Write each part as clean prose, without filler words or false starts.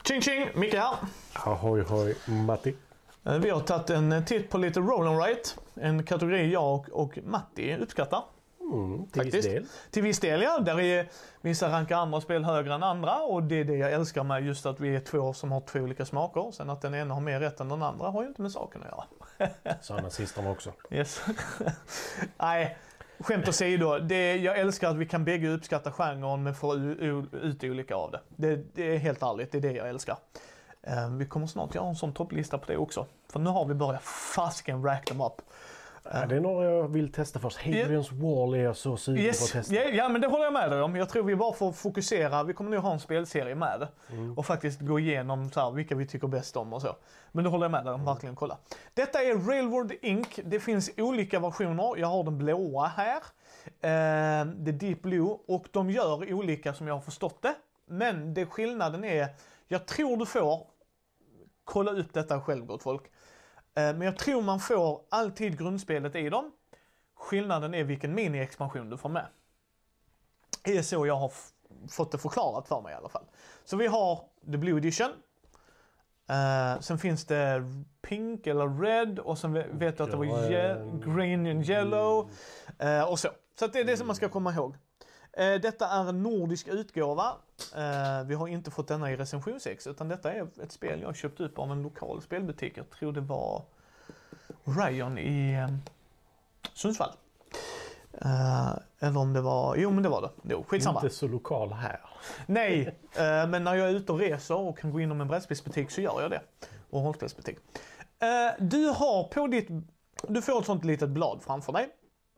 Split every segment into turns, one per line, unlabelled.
Tjing tjing, Micke här.
Ahoy hoj, Matti.
Vi har tagit en titt på lite roll and write. En kategori jag och Matti uppskattar.
Till viss del.
Till viss del, ja. Där är vissa rankar andra spel högre än andra. Och det är det jag älskar med just att vi är två som har två olika smaker. Sen att den ena har mer rätt än den andra har ju inte med saken att göra.
Sådana sistone också.
Yes. Nej, skämt åsido. Jag älskar att vi kan bägge uppskatta genren men få ut olika av det. Det är helt ärligt, det är det jag älskar. Vi kommer snart göra en sån topplista på det också. För nu har vi börjat fasken rack them up.
Det är några jag vill testa först. Hadrian's Wall är jag så sugen på att testa.
Ja, men det håller jag med dig om. Jag tror vi bara får fokusera. Vi kommer nu ha en spelserie med det. Och faktiskt gå igenom så här, vilka vi tycker bäst om och så. Men det håller jag med dig om. Verkligen kolla. Detta är Railroad Inc. Det finns olika versioner. Jag har den blåa här. The Deep Blue. Och de gör olika som jag har förstått det. Men skillnaden är, jag tror du får kolla upp detta själv, gott folk. Men jag tror man får alltid grundspelet i dem. Skillnaden är vilken mini-expansion du får med. Det är så jag har fått det förklarat för mig i alla fall. Så vi har The Blue Edition. Sen finns det Pink eller Red. Och sen vet jag att det var Green and Yellow. Och så. Så det är det som man ska komma ihåg. Detta är en nordisk utgåva. Vi har inte fått denna i recensionsex, utan detta är ett spel jag köpt upp av en lokal spelbutik. Jag tror det var Ryan i Sundsvall. Eller om det var... Jo, men det var det. Jo, skitsamma.
Inte så lokal här.
Nej, men när jag är ute och reser och kan gå in om en brädspelsbutik så gör jag det. Och hållspelsbutik. Du har på ditt... Du får ett sånt litet blad framför dig.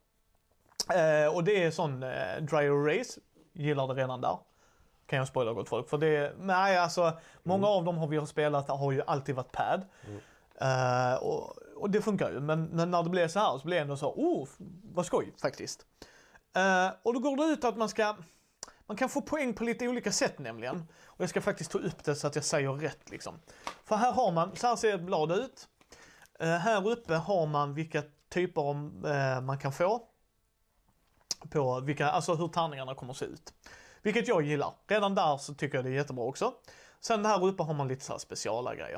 Och det är sån dry erase. Gillar det redan där. Kan jag spoila gott folk. För det, nej alltså, många av dem har vi spelat har ju alltid varit pad. Och det funkar ju. Men när det blir så här så blir det ändå så, vad skoj faktiskt. Och då går det ut att man kan få poäng på lite olika sätt nämligen. Och jag ska faktiskt ta upp det så att jag säger rätt liksom. För här har man, så här ser ett blad ut. Här uppe har man vilka typer man kan få. På vilka, alltså hur tärningarna kommer att se ut. Vilket jag gillar. Redan där så tycker jag det är jättebra också. Sen här uppe har man lite så här speciala grejer.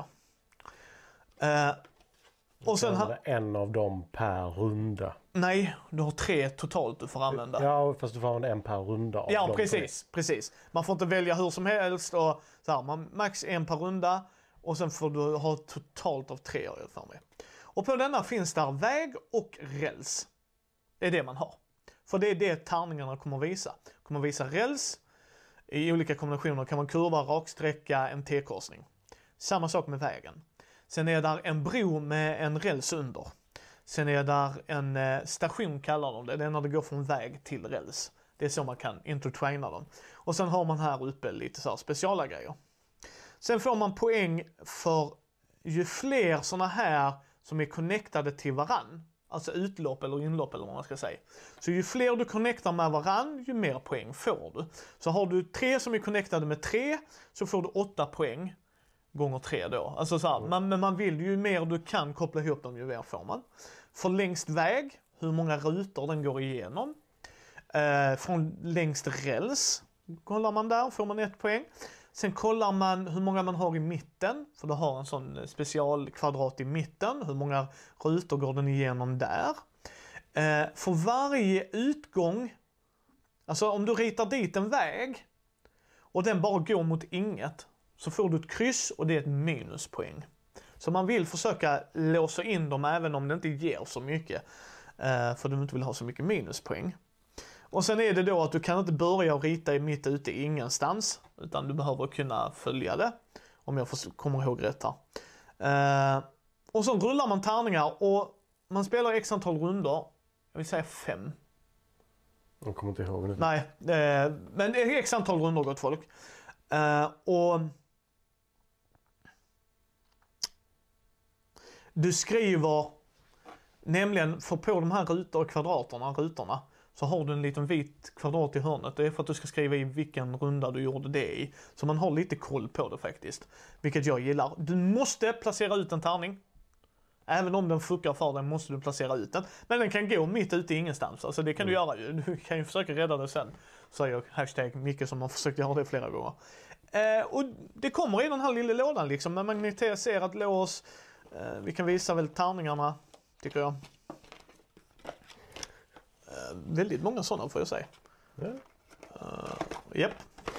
Och sen här...
En av dem per runda.
Nej, du har 3 totalt du får använda.
Ja, fast du får använda en per runda. Av
ja, precis. Man får inte välja hur som helst. Och så här, max 1 per runda. Och sen får du ha totalt av 3 år för mig. Och på denna finns där väg och räls. Det är det man har. För det är det tärningarna kommer visa. Kommer visa räls. I olika kombinationer kan man kurva, raksträcka, en T-korsning. Samma sak med vägen. Sen är där en bro med en räls under. Sen är där en station kallar de det. Det är när det går från väg till räls. Det är så man kan intertwina dem. Och sen har man här uppe lite så här speciala grejer. Sen får man poäng för ju fler såna här som är connectade till varann. Alltså utlopp eller inlopp eller vad man ska säga. Så ju fler du connectar med varann, ju mer poäng får du. Så har du 3 som är connectade med 3 så får du 8 poäng gånger 3 då. Alltså så här, men man vill ju mer du kan koppla ihop dem ju mer får man. För längst väg, hur många rutor den går igenom. Från längst räls kollar man där, får man 1 poäng. Sen kollar man hur många man har i mitten, för du har en sån specialkvadrat i mitten. Hur många rutor går den igenom där? För varje utgång, alltså om du ritar dit en väg och den bara går mot inget, så får du ett kryss och det är ett minuspoäng. Så man vill försöka låsa in dem även om det inte ger så mycket, för du inte vill ha så mycket minuspoäng. Och sen är det då att du kan inte börja rita i mitt ute ingenstans, utan du behöver kunna följa det, om jag kommer ihåg rätt här. Och så rullar man tärningar och man spelar x antal runder, jag vill säga 5.
Jag kommer inte ihåg det.
Nej, men det är x antal runder gott folk. Och du skriver nämligen, för på de här rutorna så har du en liten vit kvadrat i hörnet. Det är för att du ska skriva i vilken runda du gjorde det i. Så man har lite koll på det faktiskt. Vilket jag gillar. Du måste placera ut en tärning. Även om den fuckar för den måste du placera ut den. Men den kan gå mitt ute i ingenstans. Alltså det kan du göra ju. Du kan ju försöka rädda det sen. Säger hashtag Micke som har försökt göra det flera gånger. Och det kommer i den här lilla lådan liksom med magnetiserad lås. Vi kan visa väl tärningarna, tycker jag. Väldigt många sådana får jag säga. Japp.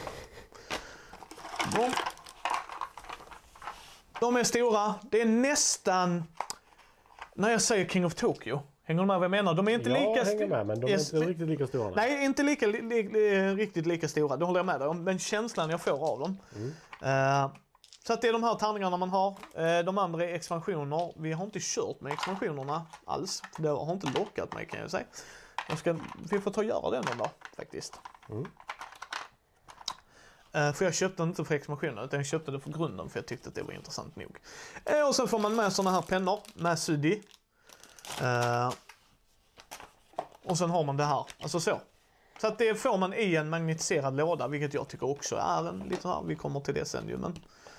De är stora. Det är nästan, när jag säger King of Tokyo, hänger du med vad jag menar? De är inte lika
hänger med, men de är inte riktigt lika stora.
Nej, inte riktigt lika stora. Det håller jag med dig om. Men känslan jag får av dem. Så att det är de här tärningarna man har. De andra är expansioner. Vi har inte kört med expansionerna alls. Det har inte lockat mig, kan jag säga. Vi får ta och göra det någon dag faktiskt. För jag köpte inte för expansionen, utan jag köpte det för grunden, för jag tyckte att det var intressant nog. Och sen får man med såna här pennor med Sudi. Och sen har man det här, alltså så. Så att det får man i en magnetiserad låda, vilket jag tycker också är en liten här. Vi kommer till det sen ju, men...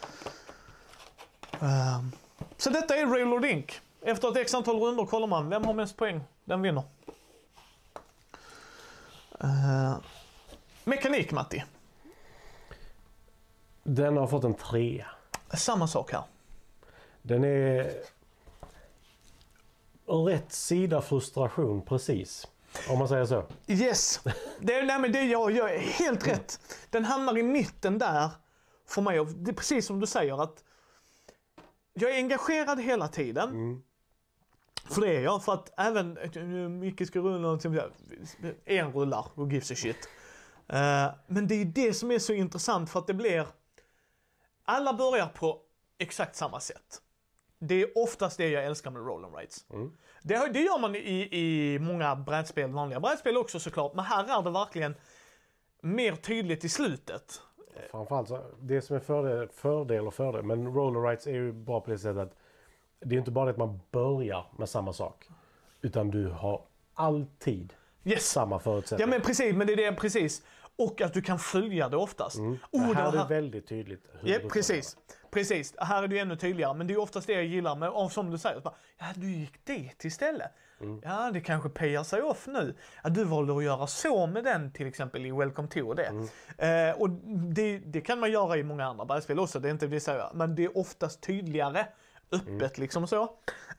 Så detta är Railroad Inc. Efter ett x antal rundor kollar man, vem har mest poäng? Den vinner. Mekanik, Matti.
Den har fått en 3.
Samma sak här.
Den är rätt sida frustration, precis. Om man säger så.
Yes. Det är helt rätt. Den hamnar i mitten där för mig. Det är precis som du säger, att jag är engagerad hela tiden. För det är jag. För att även Micke ska rulla en rullar och gives a shit. Men det är det som är så intressant, för att det blir... Alla börjar på exakt samma sätt. Det är oftast det jag älskar med roll and rights. Det gör man i många brädspel, vanliga brädspel också såklart. Men här är det verkligen mer tydligt i slutet.
Framförallt så, det som är fördel. Men roll and rights är ju bra på det sättet att det är inte bara det att man börjar med samma sak. Utan du har alltid samma förutsättningar.
Ja, men precis, men det är det precis. Och att du kan följa det oftast.
Det här är väldigt tydligt.
Precis. Här är det ännu tydligare. Men det är oftast det jag gillar. Men som du säger, du gick dit istället. Ja, det kanske payar sig off nu. Ja, du valde att göra så med den, till exempel i Welcome to och det. Och det kan man göra i många andra brädspel också. Det är inte det så. Men det är oftast tydligare. Öppet liksom så.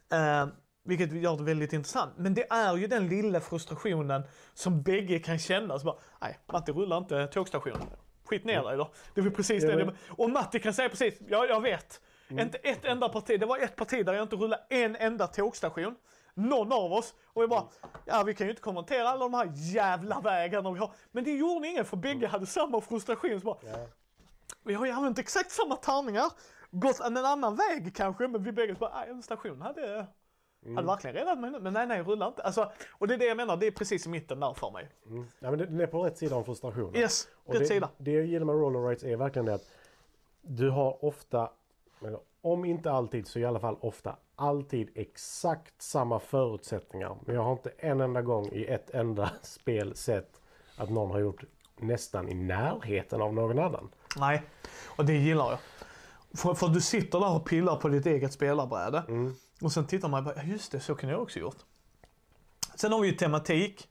Vilket gör det väldigt intressant. Men det är ju den lilla frustrationen som bägge kan känna. Så bara, nej, Matti rullar inte tågstationen. Skit ner dig då. Det är precis det. Och Matti kan säga precis, ja, jag vet. Inte ett enda parti. Det var ett parti där jag inte rullade en enda tågstation. Någon av oss. Och vi bara, ja, vi kan ju inte kommentera alla de här jävla vägarna vi har. Men det gjorde ingen, för bägge hade samma frustration. Så bara, vi har ju använt exakt samma tärningar. Gått en annan väg kanske, men vi bägge så bara, en station hade verkligen redan, men nej, rullar inte. Alltså, och det är det jag menar, det är precis i mitten där för mig.
Ja, men den är på rätt sida om frustrationen.
Yes,
och
rätt sida.
Det jag gillar med roll and rights är verkligen det att du har ofta, om inte alltid så i alla fall ofta, alltid exakt samma förutsättningar. Men jag har inte en enda gång i ett enda spel sett att någon har gjort nästan i närheten av någon annan.
Nej, och det gillar jag. För du sitter där och pillar på ditt eget spelarbräde. Och sen tittar man och bara, just det, så kan jag också gjort. Sen har vi ju tematik.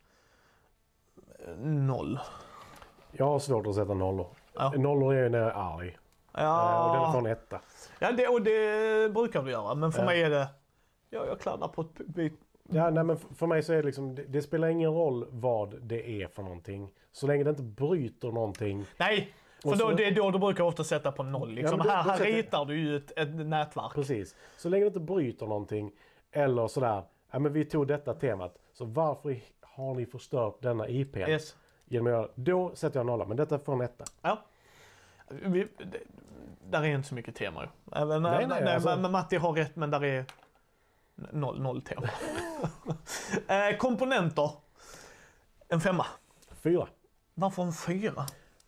0.
Jag har svårt att sätta nollor. Nollor är ju när jag är arg. Och den är från 1.
Ja, det brukar du göra. Men för mig är det, jag kladdar på ett bit.
Ja, nej, men för mig så är det liksom, det spelar ingen roll vad det är för någonting. Så länge det inte bryter någonting.
Nej! För det är då du brukar ofta sätta på 0. Liksom.
Ja,
här ritar du ju ett nätverk.
Precis. Så länge det inte bryter någonting. Eller sådär. Ja, men vi tog detta temat. Så varför har ni förstört denna IP?
Yes.
Då sätter jag 0. Men detta får en 1.
Ja. Där är inte så mycket tema. Men Matti har rätt, men där är 0 tema. Komponenter. En 5.
4.
Varför en 4?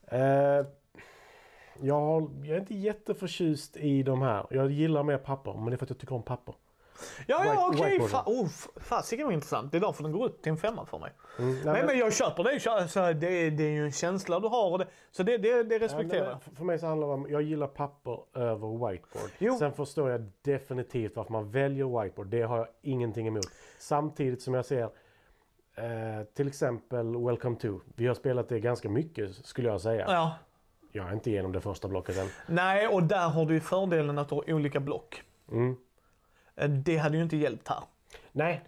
Jag är inte jätteförtjust i de här. Jag gillar mer papper, men det är för att jag tycker om papper.
Okej. Fasiken var intressant. Det är därför den går upp till en 5 för mig. Men jag köper det. Alltså, det är ju en känsla du har. Och det, så det respekterar jag.
För mig så handlar det om, jag gillar papper över whiteboard. Sen förstår jag definitivt varför man väljer whiteboard. Det har jag ingenting emot. Samtidigt som jag ser till exempel Welcome to. Vi har spelat det ganska mycket, skulle jag säga.
Ja.
jag är inte igenom det första blocket än.
Nej, och där har du ju fördelen att du har olika block. Det hade ju inte hjälpt här.
Nej.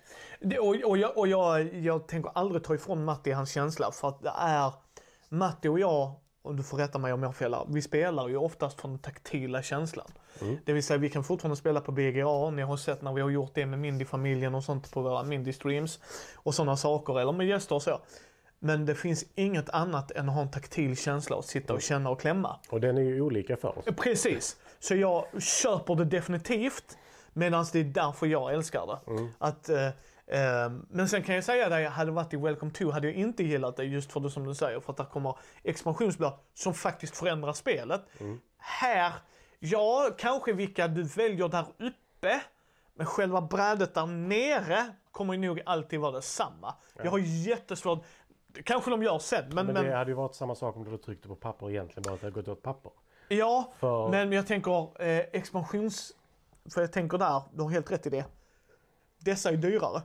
Jag tänker aldrig ta ifrån Matti hans känsla, för att det är Matti och jag, och du får rätta mig om jag har fel, vi spelar ju oftast från den taktila känslan. Det vill säga vi kan fortfarande spela på BGA, ni har sett när vi har gjort det med Mindy-familjen och sånt på våra Mindy-streams och sådana saker, eller med gäster och så. Men det finns inget annat än att ha en taktil känsla och sitta och känna och klämma.
Och den är ju olika för oss.
Precis. Så jag köper det definitivt, medan det är därför jag älskar det. Men sen kan jag säga att jag hade varit i Welcome to hade jag inte gillat det, just för det som du säger, för att det kommer expansionsblad som faktiskt förändrar spelet. Här, ja, kanske vilka du väljer där uppe, men själva brädet där nere kommer nog alltid vara detsamma. Jag har jättesvårt, kanske de gör sen, men
det hade ju varit samma sak om du tryckte på papper egentligen, bara att det hade gått åt papper.
Ja, men jag tänker för jag tänker där, du har helt rätt i det. Dessa är dyrare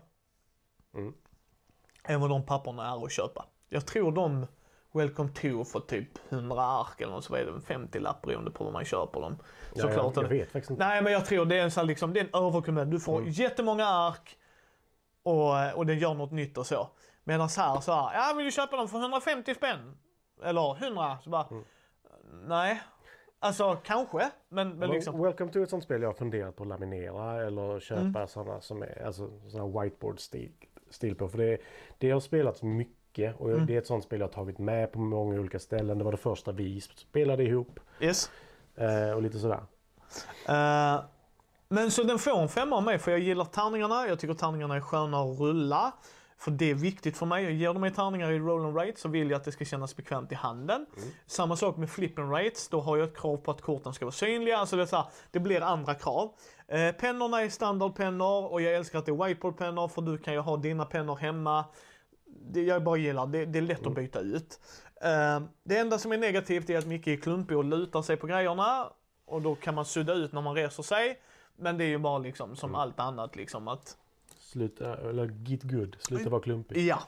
än vad de papperna är att köpa. Jag tror de Welcome to för typ 100 ark eller så är det 50 lapp beroende på vad man köper dem.
Såklart. Jag vet faktiskt inte.
Nej, men jag tror det är en sån liksom, det är en överkommand. Du får jättemånga ark och det gör något nytt och så. Medan här så här, ja, vill du köpa dem för 150 spänn? Eller 100? Så bara, nej. Alltså kanske, men liksom.
Welcome to ett sånt spel jag har funderat på att laminera eller köpa sådana som är, alltså sådana whiteboard-stil på. För det har spelats mycket och det är ett sånt spel jag har tagit med på många olika ställen. Det var det första vi spelade ihop.
Yes.
Och lite sådär.
Men så den får en 5 av mig, för jag gillar tärningarna. Jag tycker tärningarna är sköna att rulla. För det är viktigt för mig. Jag ger dem tärningar i roll and rate så vill jag att det ska kännas bekvämt i handen. Samma sak med flip and rates. Då har jag ett krav på att korten ska vara synliga. Alltså det blir andra krav. Pennorna är standardpennor och jag älskar att det är whiteboardpennor, för du kan ju ha dina pennor hemma. Jag bara gillar det är lätt att byta ut. Det enda som är negativt är att Micke är klumpig och lutar sig på grejerna. Och då kan man sudda ut när man reser sig. Men det är ju bara liksom som allt annat liksom att...
Sluta, eller get good, sluta vara klumpig.
Ja.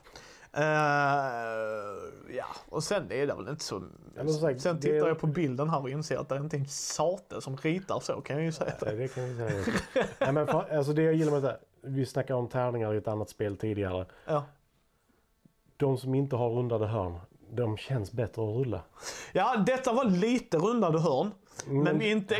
Ja, och sen är det väl inte så... Sen tittar jag på bilden här och inser att det är inte en sate som ritar så, kan jag ju säga.
Nej, det kan jag säga. Nej, men alltså det jag gillar med det, vi snackade om tärningar i ett annat spel tidigare.
Ja.
De som inte har rundade hörn, de känns bättre att rulla.
Ja, detta var lite rundade hörn. Men inte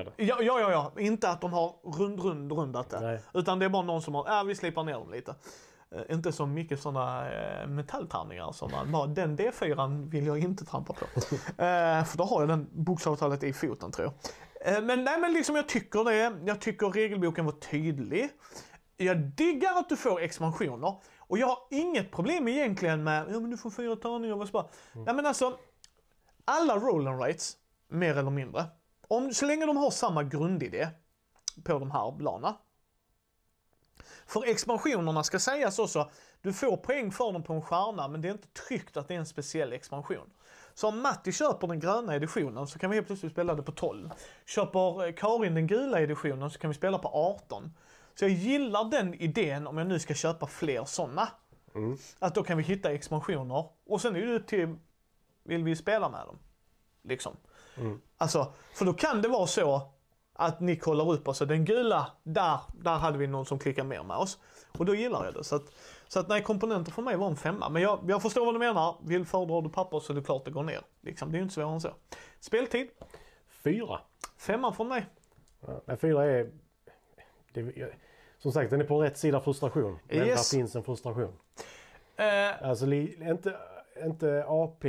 inte att de har rundat det. Nej. Utan det är bara någon som har, vi slipar ner dem lite. Inte så mycket sådana metalltärningar som man bara, den D4 vill jag inte trampa på. För då har jag den bokstavstalet i foten, tror jag. Men liksom jag tycker det. Jag tycker regelboken var tydlig. Jag diggar att du får expansioner. Och jag har inget problem egentligen med, men du får 4 tärningar och så. Nej, men alltså, alla roll and rates, mer eller mindre. Så länge de har samma grundidé på de här bladen. För expansionerna ska sägas också, du får poäng för dem på en stjärna, men det är inte tryckt att det är en speciell expansion. Så om Matti köper den gröna editionen så kan vi helt plötsligt spela det på 12. Köper Karin den gula editionen så kan vi spela på 18. Så jag gillar den idén om jag nu ska köpa fler sådana. Att då kan vi hitta expansioner. Och sen är det till, vill vi spela med dem? Liksom. Alltså, för då kan det vara så att ni kollar upp oss. Den gula, där hade vi någon som klickar mer med oss. Och då gillar jag det. Så att nej, komponenter för mig var en 5. Men jag förstår vad du menar. Vill föredra du papper så är det klart det går ner. Liksom, det är ju inte svårare än så. Speltid?
4.
5 från mig.
Ja, 4 är... som sagt, den är på rätt sida frustration. Men där finns en frustration. Alltså inte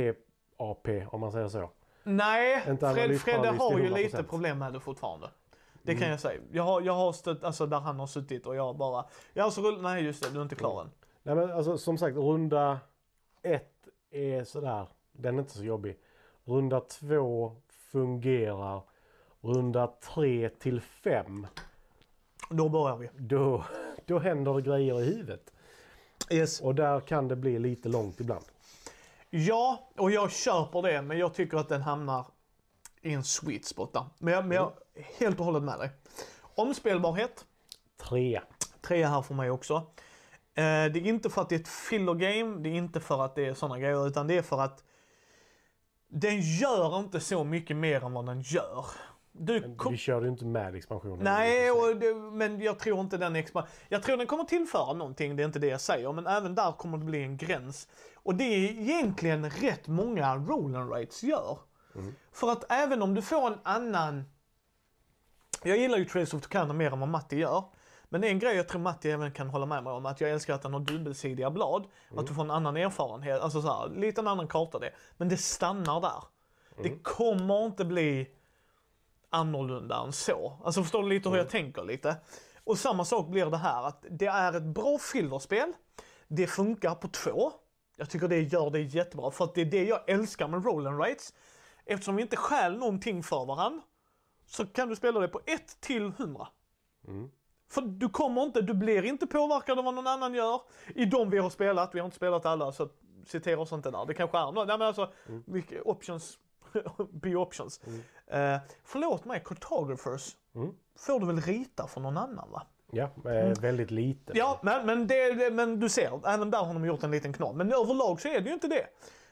AP om man säger så. Nej,
Fredde har ju lite problem med det fortfarande. Det kan jag säga. Jag har stött, alltså där han har suttit och jag bara... nej just det, du är inte klar än.
Nej, men alltså som sagt, runda 1 är sådär. Den är inte så jobbig. Runda 2 fungerar. Runda 3 till 5.
Då börjar vi.
Då händer det grejer i huvudet.
Yes.
Och där kan det bli lite långt ibland. Ja,
och jag köper det, men jag tycker att den hamnar i en sweet spot där. Men jag är helt och hållet med dig. Omspelbarhet?
3.
3 här för mig också. Det är inte för att det är ett filler game, det är inte för att det är sådana grejer, utan det är för att Den gör inte så mycket mer än vad den gör.
Vi kör ju inte med expansionen.
Nej, men jag tror inte den jag tror den kommer tillföra någonting, det är inte det jag säger. Men även där kommer det bli en gräns. Och det är egentligen rätt många roll and writes gör. För att även om du får en annan... Jag gillar ju Trails of Tucana mer än vad Matti gör. Men en grej jag tror Matti även kan hålla med mig om, att jag älskar att den har dubbelsidiga blad. Att du får en annan erfarenhet, alltså så här, lite en annan karta det. Men det stannar där. Det kommer inte bli annorlunda än så. Alltså förstår du lite hur jag tänker lite? Och samma sak blir det här, att det är ett bra filverspel. Det funkar på 2. Jag tycker det gör det jättebra, för att det är det jag älskar med roll and writes. Eftersom vi inte stjäl någonting för varandra, så kan du spela det på 1 till 100. För du blir inte påverkad av vad någon annan gör. I de vi har spelat, vi har inte spelat alla, så citera oss inte där. Det kanske är något, nej men alltså, options, be options. Förlåt mig, cartographers, får du väl rita för någon annan, va?
Ja, väldigt lite.
Ja, men du ser, även där har de gjort en liten knopp. Men överlag så är det ju inte det.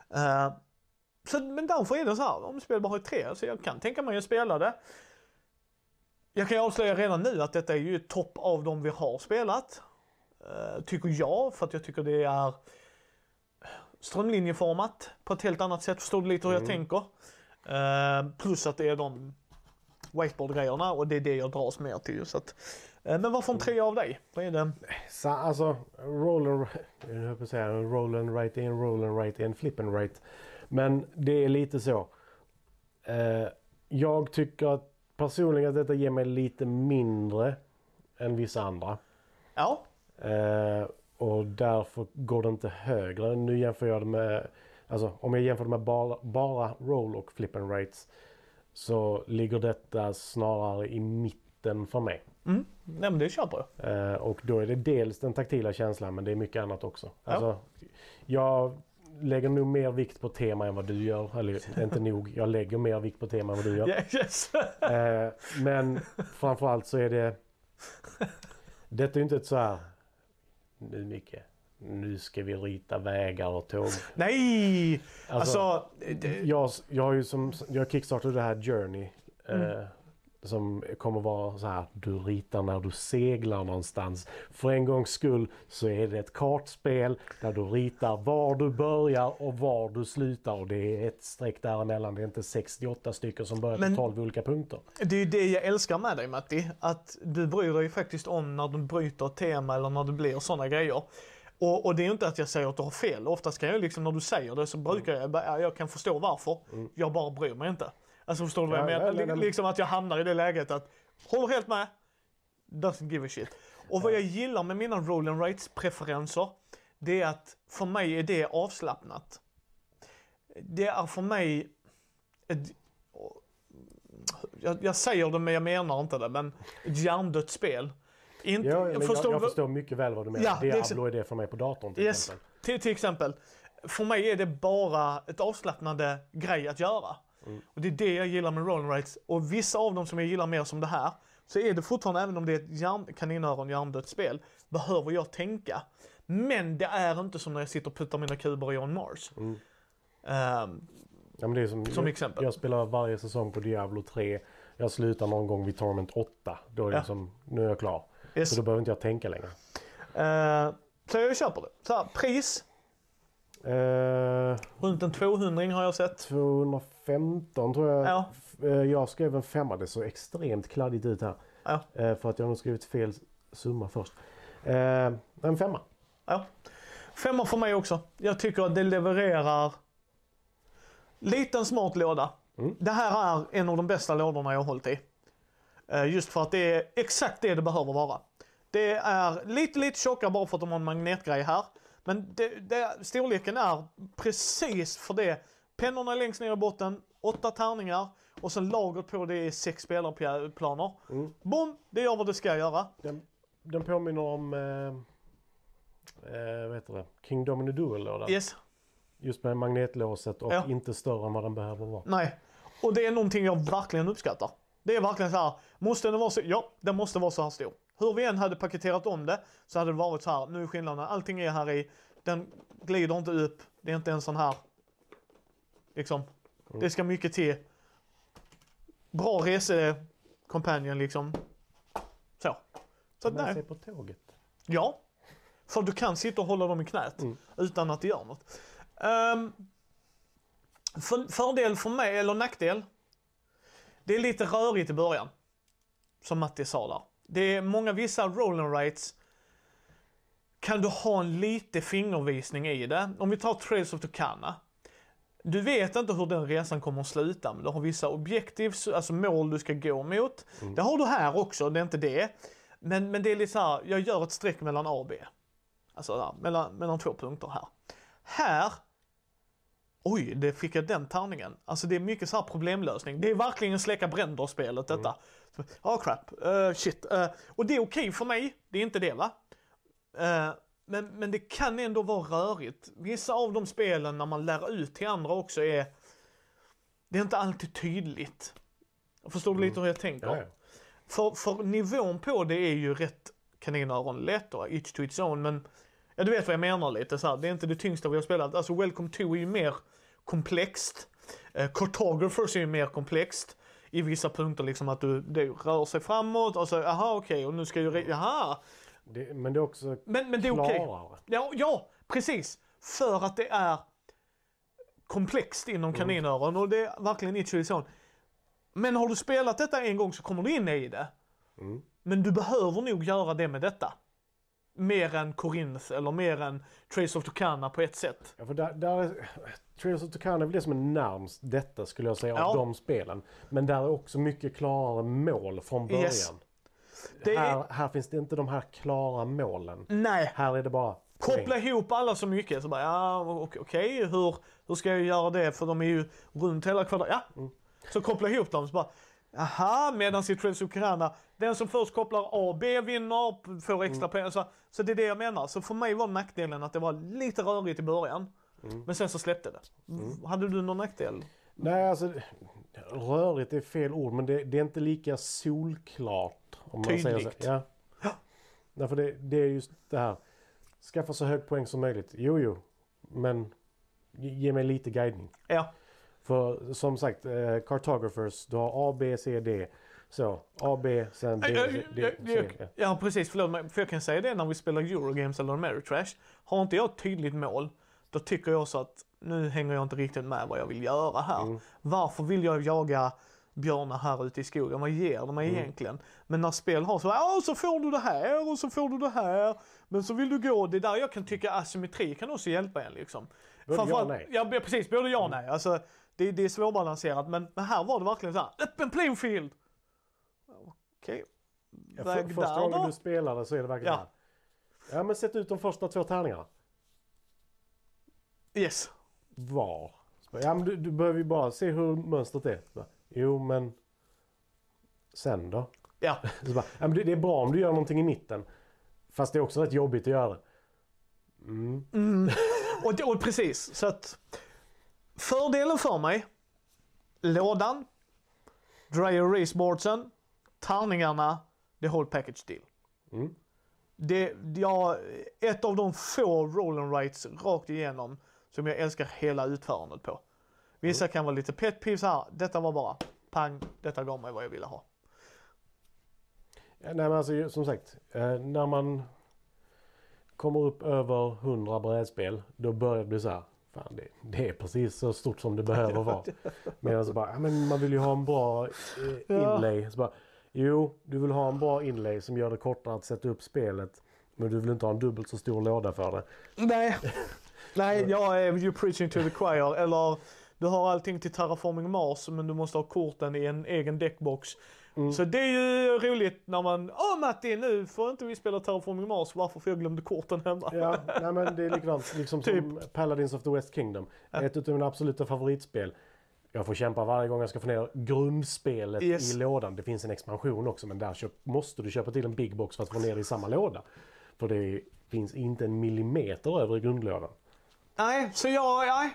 Men därför är det så här, om du spelar bara i 3, så jag kan tänka mig att spela det. Jag kan ju avslöja redan nu att detta är ju topp av de vi har spelat. Tycker jag, för att jag tycker det är strömlinjeformat på ett helt annat sätt. Förstår du lite hur jag tänker? Plus att det är de whiteboard-grejerna, och det är det jag dras mer till. Så att, men vad får en 3 av dig? Vad är det?
Alltså, roll and write in, roll and write in, flip and write. Men det är lite så. Jag tycker att personligen att detta ger mig lite mindre än vissa andra.
Ja.
Och därför går det inte högre. Nu jämför jag det med, alltså om jag jämför det med bara roll och flip and writes, så ligger detta snarare i mitten för mig.
Nej, men det köper
jag. Och då är det dels den taktila känslan, men det är mycket annat också. Ja. Alltså, jag lägger nog mer vikt på tema än vad du gör. Eller inte nog, jag lägger mer vikt på tema än vad du gör.
Yes.
Men framförallt så är det... Detta är ju inte ett så här... Nu ska vi rita vägar och tåg.
Nej! Alltså
jag kickstartade det här Journey. Som kommer vara så här, du ritar när du seglar någonstans. För en gångs skull så är det ett kartspel där du ritar var du börjar och var du slutar. Och det är ett streck däremellan. Det är inte 68 stycken som börjar på 12 olika punkter. Det är
ju det jag älskar med dig, Matti. Att du bryr dig faktiskt om när du bryter ett tema eller när det blir sådana grejer. Och det är inte att jag säger att du har fel. Oftast kan jag liksom, när du säger det så brukar jag kan förstå varför. Jag bara bryr mig inte. Alltså förstår du vad jag menar? Liksom att jag hamnar i det läget att håller helt med, doesn't give a shit. Och vad jag gillar med mina roll and writes preferenser, det är att för mig är det avslappnat. Det är för mig jag säger det men jag menar inte det, men ett hjärndött spel.
Jag förstår mycket väl vad du menar. Ja, Diablo är det för mig på datorn till exempel.
Till exempel. För mig är det bara ett avslappnande grej att göra. Och det är det jag gillar med roll and writes. Och vissa av dem som jag gillar mer som det här, så är det fortfarande, även om det är ett kaninöron hjärndött spel, behöver jag tänka. Men det är inte som när jag sitter och puttar mina kuber i On Mars.
Ja, men det är som exempel. Jag spelar varje säsong på Diablo 3. Jag slutar någon gång vid Torment 8. Då är det liksom, nu är jag klar. Yes. Så då behöver inte jag tänka längre.
Så jag köper det. Så här, pris? Runt en 200 har jag sett.
215 tror jag. Ja. Jag skrev en 5. Det så extremt kladdigt ut här.
Ja.
För att jag har nog skrivit fel summa först. En 5.
Ja. 5 för mig också. Jag tycker att det levererar liten smart låda. Det här är en av de bästa lådorna jag har hållit i. Just för att det är exakt det behöver vara. Det är lite tjockare bara för att de har en magnetgrej här. Men storleken är precis för det. Pennorna är längst ner i botten, 8 tärningar och sen lagret på det är 6 spelarplaner. Boom, det gör vad det ska göra.
Den påminner om vad heter det? King Domino Duel då?
Yes.
Just med magnetlåset och inte större än vad den behöver vara.
Nej, och det är någonting jag verkligen uppskattar. Det är verkligen så här, måste den vara så? Ja, den måste vara så här stor. Hur vi än hade paketerat om det så hade det varit så här, nu är skillnaden, allting är här i, den glider inte upp, det är inte en sån här liksom Det ska mycket till. Bra resekompanjon liksom. Så
Men
nej.
se på tåget.
Ja. För du kan sitta och hålla dem i knät utan att det gör något. Fördel för mig, eller nackdel. Det är lite rörigt i början. Som Matti sa där. Det är många vissa roll and rights. Kan du ha en lite fingervisning i det. Om vi tar Trails of Tucana. Du vet inte hur den resan kommer att sluta. Men du har vissa objektiv, alltså mål du ska gå mot. Det har du här också, det är inte det. Men det är lite så här, jag gör ett streck mellan A och B. Alltså där, mellan 2 punkter här. Här, oj, det fick jag den tärningen. Alltså det är mycket så här problemlösning. Det är verkligen släcka bränder-spelet detta. Crap, shit. Och det är okej för mig, det är inte det va? Men det kan ändå vara rörigt. Vissa av de spelen när man lär ut till andra också det är inte alltid tydligt. Jag förstår du lite hur jag tänker?
Ja.
För nivån på det är ju rätt kaninöron lätt och each to its own, men ja, du vet vad jag menar lite så här. Det är inte det tyngsta vi har spelat. Alltså Welcome to är ju mer komplext. Cartographers är ju mer komplext i vissa punkter liksom att det rör sig framåt och så okej, och nu ska ju
Men det är också
men det är okej. Ja, precis. För att det är komplext inom kaninöron och det är verkligen each to its own. Men har du spelat detta en gång så kommer du in i det. Men du behöver nog göra det med detta. Mer än Corinth eller mer än Trails of Tucana på ett sätt.
Ja, för där är, Trails of Tucana är väl det som är närmst detta skulle jag säga av de spelen. Men där är också mycket klarare mål från början.
Yes.
Här finns det inte de här klara målen.
Nej.
Här är det bara
koppla ihop alla så mycket. Så bara, okej, hur ska jag göra det? För de är ju runt hela kvadrat. Så koppla ihop dem. Så bara, medan i Trails of Tucana, den som först kopplar A och B vinner, får extra pengar. Så det är det jag menar. Så för mig var nackdelen att det var lite rörigt i början. Men sen så släppte det. Hade du någon nackdel?
Nej, alltså rörigt är fel ord, men det är inte lika solklart. Om man
tydligt.
säger så. Ja. Därför det är just det här. Skaffa så hög poäng som möjligt. Jo. Men ge mig lite guidning.
Ja.
För som sagt, cartographers, du har A, B, C, D. Så, A, B, sen D, C.
Ja, precis. Förlåt mig. För jag kan säga det när vi spelar Eurogames eller Ameritrash. Har inte jag ett tydligt mål, då tycker jag så att nu hänger jag inte riktigt med vad jag vill göra här. Varför vill jag jaga björnar här ute i skogen? Vad ger de mig egentligen? Men när spel har så får du det här och så får du det här. Men så vill du gå, det där jag kan tycka asymmetri kan också hjälpa en liksom.
Både ja och nej.
Ja, precis. Både ja och nej. Alltså, det är svårbalanserat. Men här var det verkligen så här, öppen playfield. Okej.
Första gången du spelade så är det verkligen ja, men sätt ut de första 2 tärningarna.
Yes.
Var? Ja, men du behöver ju bara se hur mönstret är. Jo, men sen då?
Ja.
Så bara, ja, men det är bra om du gör någonting i mitten. Fast det är också rätt jobbigt att göra.
Och precis. Så att fördelen för mig, lådan, dry erase boardsen, tärningarna, the whole package deal. Ett av de få roll and rights rakt igenom som jag älskar hela utförandet på. Vissa kan vara lite pet peeves här. Detta var bara pang, detta gav mig vad jag ville ha.
Ja, nej, men alltså, som sagt, när man kommer upp över 100 brädspel, då börjar det bli så här. Fan, det är precis så stort som det behöver vara. Men så bara, men man vill ju ha en bra inlay. Så bara, jo, du vill ha en bra inlay som gör det kortare att sätta upp spelet. Men du vill inte ha en dubbelt så stor låda för det.
Nej, jag är you preaching to the choir. Eller du har allting till Terraforming Mars men du måste ha korten i en egen deckbox. Så det är ju roligt när man, Matti, nu får inte vi spela Terraforming Mars, varför får jag glömde korten hemma?
Ja, nej, men det är likadant liksom som Paladins of the West Kingdom. Ett utav mina absoluta favoritspel. Jag får kämpa varje gång jag ska få ner grundspelet i lådan. Det finns en expansion också, men där måste du köpa till en big box för att få ner det i samma låda. För det finns inte en millimeter över i grundlådan.
Nej, så jag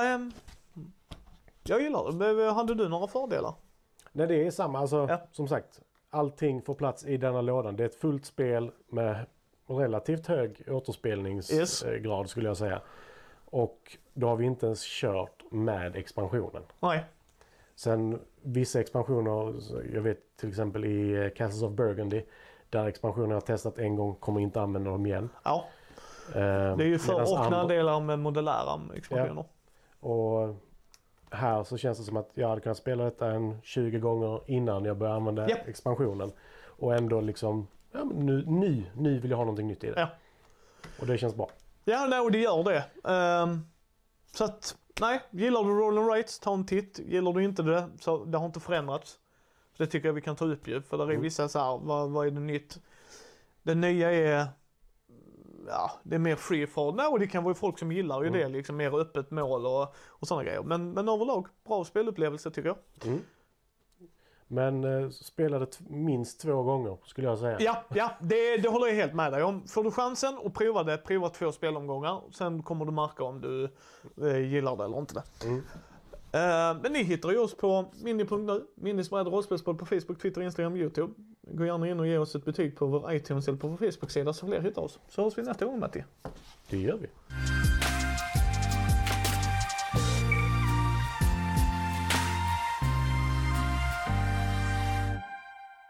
gillar det. Hade du några fördelar?
Nej, det är samma. Alltså, som sagt, allting får plats i denna lådan. Det är ett fullt spel med relativt hög återspelningsgrad skulle jag säga. Och då har vi inte ens kört med expansionen.
Nej.
Sen vissa expansioner, jag vet till exempel i Castles of Burgundy, där expansioner jag har testat en gång kommer inte använda dem igen.
Ja. Det är ju för och nackdelar med modulära expansioner.
Ja. Och här så känns det som att jag hade kunnat spela detta 20 gånger innan jag började använda expansionen. Och ändå liksom, ja, nu vill jag ha någonting nytt i det.
Ja.
Och det känns bra.
Ja, nej, och det gör det. Så att, nej, gillar du Roll and Rights, ta en titt. Gillar du inte det, så det har inte förändrats. Så det tycker jag vi kan ta upp ju, för där är vissa så här, vad är det nytt? Det nya är, ja, det är mer free fall. Nej, och det kan vara folk som gillar ju det, liksom mer öppet mål och sådana grejer. Men överlag, bra spelupplevelse tycker jag.
Mm. Men spelade minst 2 gånger skulle jag säga.
Ja, det håller jag helt med dig om. Får du chansen och prova 2 spelomgångar. Sen kommer du märka om du gillar det eller inte det. Men ni hittar ju oss på mini.nu, Minisbräd rollspelspodd på Facebook, Twitter, Instagram, YouTube. Gå gärna in och ge oss ett betyg på vår iTunes eller på vår Facebook-sida så fler hittar oss. Så hörs vi nästa gång, Matti.
Det gör vi.